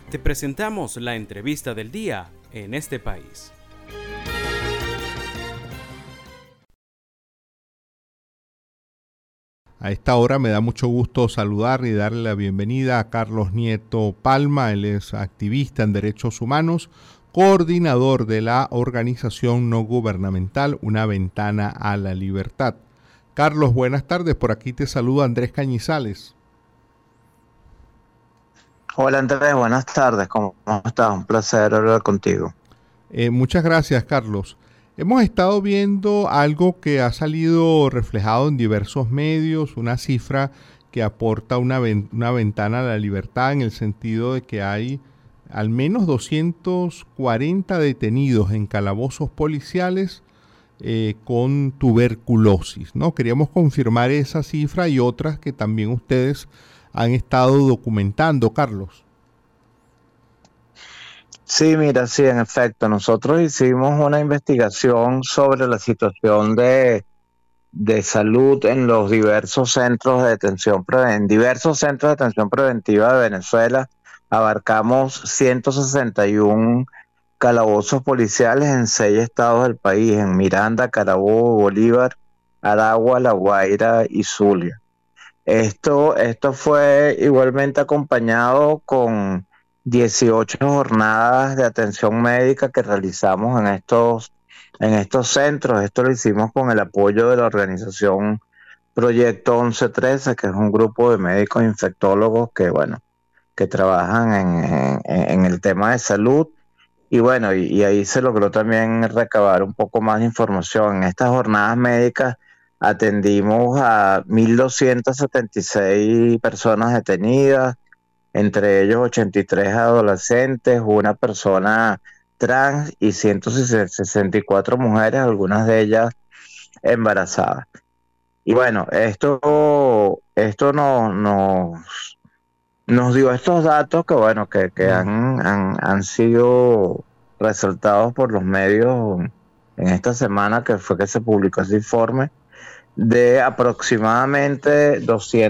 Te presentamos la entrevista del día en este país. A esta hora me da mucho gusto saludar y darle la bienvenida a Carlos Nieto Palma. Él es activista en derechos humanos, coordinador de la organización no gubernamental Una Ventana a la Libertad. Carlos, buenas tardes. Por aquí te saluda Andrés Cañizales. Hola Andrés, buenas tardes. ¿Cómo estás? Un placer hablar contigo. Muchas gracias, Carlos. Hemos estado viendo algo que ha salido reflejado en diversos medios, una cifra que aporta una ventana a la libertad en el sentido de que hay al menos 240 detenidos en calabozos policiales con tuberculosis, ¿no? Queríamos confirmar esa cifra y otras que también ustedes han estado documentando, Carlos. Sí, mira, sí, en efecto, nosotros hicimos una investigación sobre la situación de salud en los diversos centros de detención preventiva de Venezuela. Abarcamos 161 calabozos policiales en 6 estados del país, en Miranda, Carabobo, Bolívar, Aragua, La Guaira y Zulia. Esto fue igualmente acompañado con 18 jornadas de atención médica que realizamos en estos centros. Esto lo hicimos con el apoyo de la organización Proyecto 1113, que es un grupo de médicos infectólogos que trabajan en el tema de salud. Y bueno, y ahí se logró también recabar un poco más de información. En estas jornadas médicas atendimos a 1.276 personas detenidas, entre ellos 83 adolescentes, una persona trans y 164 mujeres, algunas de ellas embarazadas. Y bueno, esto nos dio estos datos que han sido resaltados por los medios en esta semana, que fue que se publicó ese informe, de aproximadamente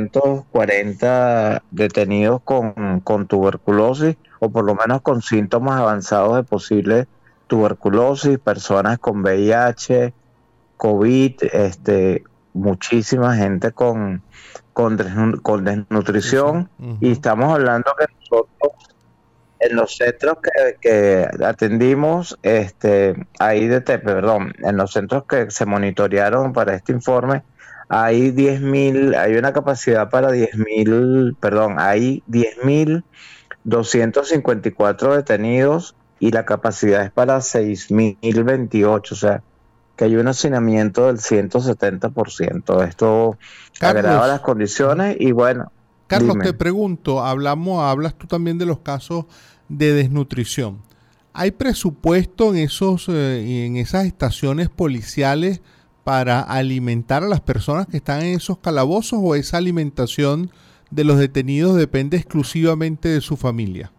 240 detenidos con tuberculosis, o por lo menos con síntomas avanzados de posible tuberculosis, personas con VIH, COVID, muchísima gente con desnutrición. Uh-huh. Y estamos hablando que nosotros en los centros que atendimos, en los centros que se monitorearon para este informe, hay una capacidad para hay 10.254 detenidos y la capacidad es para 6.028, o sea, que hay un hacinamiento del 170%. Esto agrava las condiciones y bueno. Carlos, dime. Te pregunto, hablas tú también de los casos de desnutrición. ¿Hay presupuesto en esas estaciones policiales para alimentar a las personas que están en esos calabozos, o esa alimentación de los detenidos depende exclusivamente de su familia?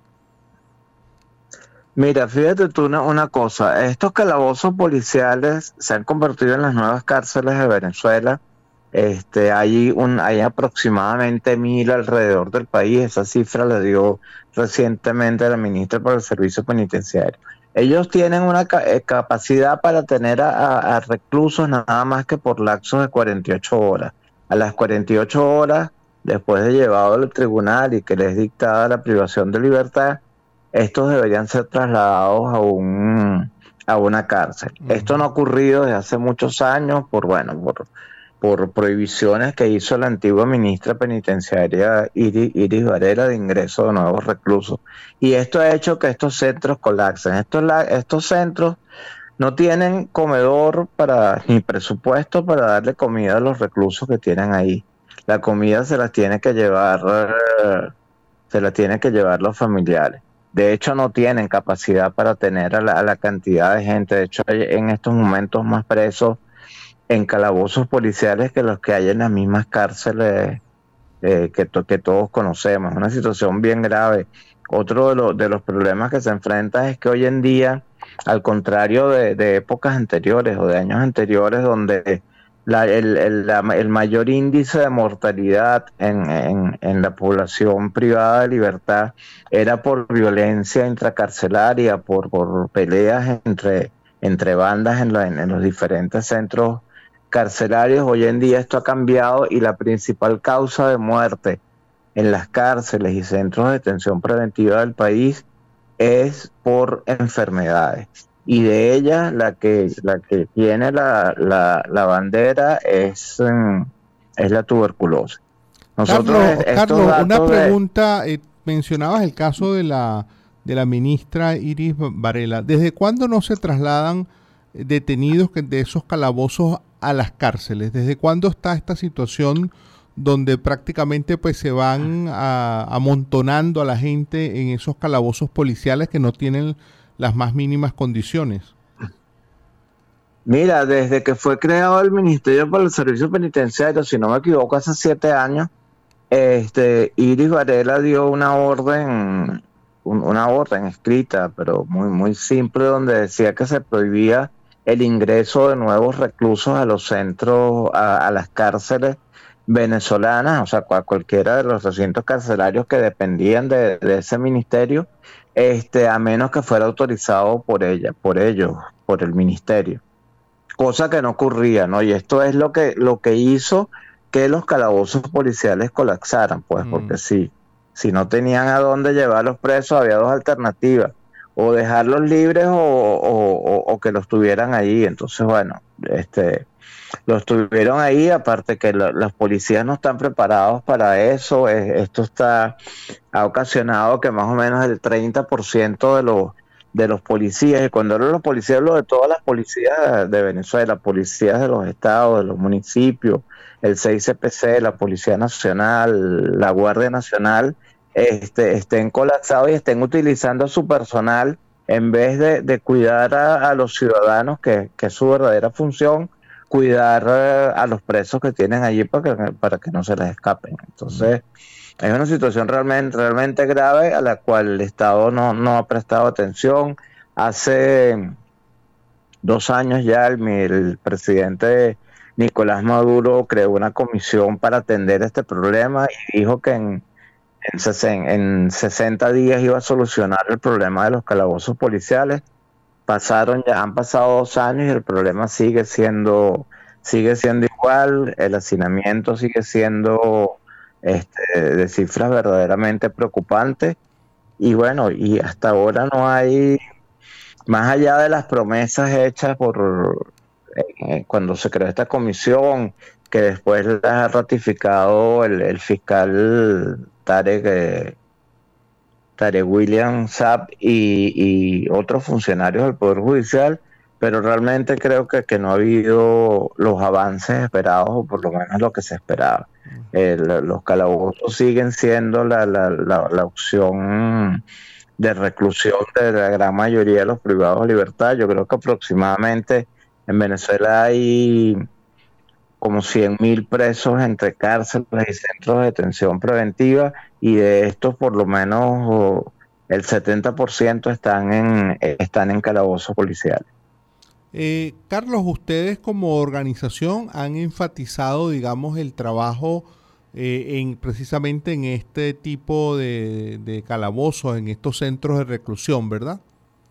Mira, fíjate tú una cosa, estos calabozos policiales se han convertido en las nuevas cárceles de Venezuela. Hay aproximadamente 1.000 alrededor del país. Esa cifra la dio recientemente la ministra para el Servicio Penitenciario. Ellos tienen una capacidad para tener a reclusos nada más que por lapsos de 48 horas. A las 48 horas, después de llevado al tribunal y que les dictada la privación de libertad, estos deberían ser trasladados a una cárcel. Uh-huh. Esto no ha ocurrido desde hace muchos años por prohibiciones que hizo la antigua ministra penitenciaria Iris Varela de ingreso de nuevos reclusos. Y esto ha hecho que estos centros colapsen. Estos centros no tienen comedor ni presupuesto para darle comida a los reclusos que tienen ahí. La comida se las tiene que llevar los familiares. De hecho, no tienen capacidad para tener a la cantidad de gente. De hecho, hay en estos momentos más presos en calabozos policiales que los que hay en las mismas cárceles que todos conocemos. Una situación bien grave. Otro de los problemas que se enfrenta es que hoy en día, al contrario de épocas anteriores o de años anteriores, donde el mayor índice de mortalidad en la población privada de libertad era por violencia intracarcelaria, por peleas entre bandas en los diferentes centros carcelarios. Hoy en día esto ha cambiado y la principal causa de muerte en las cárceles y centros de detención preventiva del país es por enfermedades. Y de ellas la que tiene la bandera es la tuberculosis. Carlos, una pregunta, mencionabas el caso de la ministra Iris Varela. ¿Desde cuándo no se trasladan detenidos de esos calabozos a las cárceles? ¿Desde cuándo está esta situación donde prácticamente pues se van amontonando a la gente en esos calabozos policiales que no tienen las más mínimas condiciones? Mira, desde que fue creado el Ministerio para el Servicio Penitenciario, si no me equivoco, hace 7 años, Iris Varela dio una orden escrita, pero muy, muy simple, donde decía que se prohibía el ingreso de nuevos reclusos a los centros, a las cárceles venezolanas, o sea, cualquiera de los recintos carcelarios que dependían de ese ministerio, a menos que fuera autorizado por ellos, por el ministerio. Cosa que no ocurría, ¿no? Y esto es lo que hizo que los calabozos policiales colapsaran, pues, porque si no tenían a dónde llevar a los presos, había dos alternativas: o dejarlos libres o que los tuvieran allí. Entonces, bueno, los tuvieron ahí, aparte que los policías no están preparados para eso. Esto ha ocasionado que más o menos el 30% de los policías, y cuando hablo de los policías, hablo de todas las policías de Venezuela, policías de los estados, de los municipios, el 6CPC, la Policía Nacional, la Guardia Nacional, estén colapsados y estén utilizando a su personal en vez de cuidar a los ciudadanos, que es su verdadera función, cuidar a los presos que tienen allí para que no se les escapen. Entonces, es una situación realmente grave a la cual el Estado no ha prestado atención. Hace 2 años ya el presidente Nicolás Maduro creó una comisión para atender este problema y dijo que en 60 días iba a solucionar el problema de los calabozos policiales. Han pasado 2 años y el problema sigue siendo igual. El hacinamiento sigue siendo de cifras verdaderamente preocupantes, y bueno, y hasta ahora no hay, más allá de las promesas hechas cuando se creó esta comisión, que después las ha ratificado el fiscal Tarek William Saab y otros funcionarios del Poder Judicial, pero realmente creo que no ha habido los avances esperados, o por lo menos lo que se esperaba. Los calabozos siguen siendo la opción de reclusión de la gran mayoría de los privados de libertad. Yo creo que aproximadamente en Venezuela hay como 100.000 presos entre cárceles y centros de detención preventiva, y de estos por lo menos el 70% están en calabozos policiales. Carlos, ustedes como organización han enfatizado, digamos, el trabajo precisamente en este tipo de calabozos, en estos centros de reclusión, ¿verdad?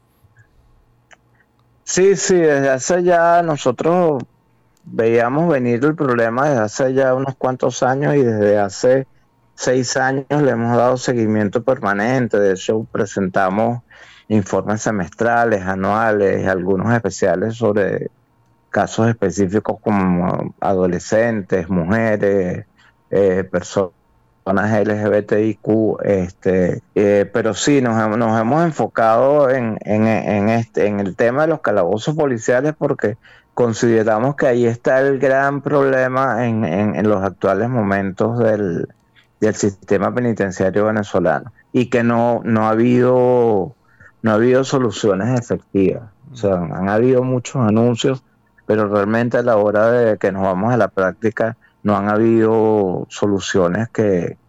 Sí, desde hace ya nosotros veíamos venir el problema desde hace ya unos cuantos años, y desde hace 6 años le hemos dado seguimiento permanente. De hecho, presentamos informes semestrales, anuales, algunos especiales sobre casos específicos como adolescentes, mujeres, personas LGBTIQ, pero sí nos hemos enfocado en el tema de los calabozos policiales, porque consideramos que ahí está el gran problema en los actuales momentos del sistema penitenciario venezolano, y que no ha habido soluciones efectivas. O sea, han habido muchos anuncios, pero realmente a la hora de que nos vamos a la práctica no han habido soluciones que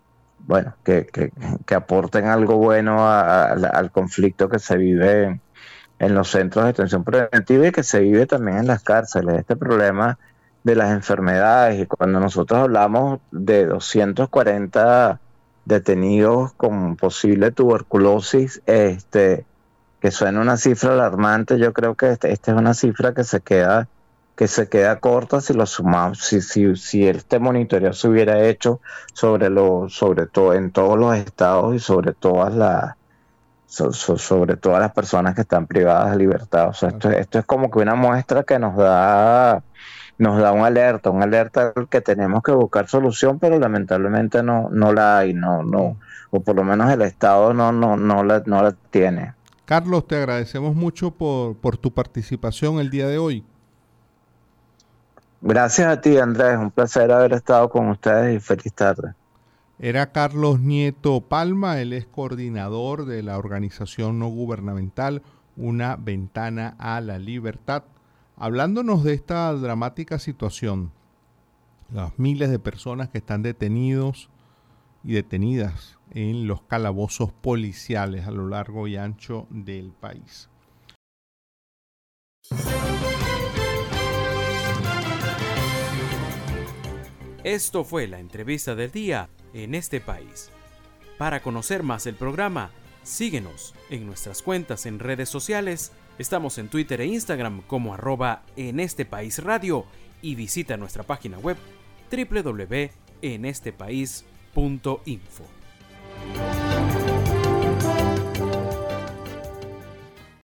aporten algo bueno al conflicto que se vive en los centros de detención preventiva y que se vive también en las cárceles. Este problema de las enfermedades. Y cuando nosotros hablamos de 240 detenidos con posible tuberculosis, que suena una cifra alarmante, yo creo que esta es una cifra que se queda corta si lo sumamos, si este monitoreo se hubiera hecho sobre todo en todos los estados y sobre todas las personas que están privadas de libertad. O sea, esto es como que una muestra que nos da una alerta que tenemos que buscar solución, pero lamentablemente no la hay, o por lo menos el Estado no la tiene. Carlos, te agradecemos mucho por tu participación el día de hoy. Gracias a ti, Andrés, un placer haber estado con ustedes y feliz tarde. Era Carlos Nieto Palma, él es coordinador de la organización no gubernamental Una Ventana a la Libertad, hablándonos de esta dramática situación, las miles de personas que están detenidos y detenidas en los calabozos policiales a lo largo y ancho del país. Esto fue la entrevista del día en este país. Para conocer más el programa, síguenos en nuestras cuentas en redes sociales. Estamos en Twitter e Instagram como @enestepaisradio y visita nuestra página web www.enestepaís.info.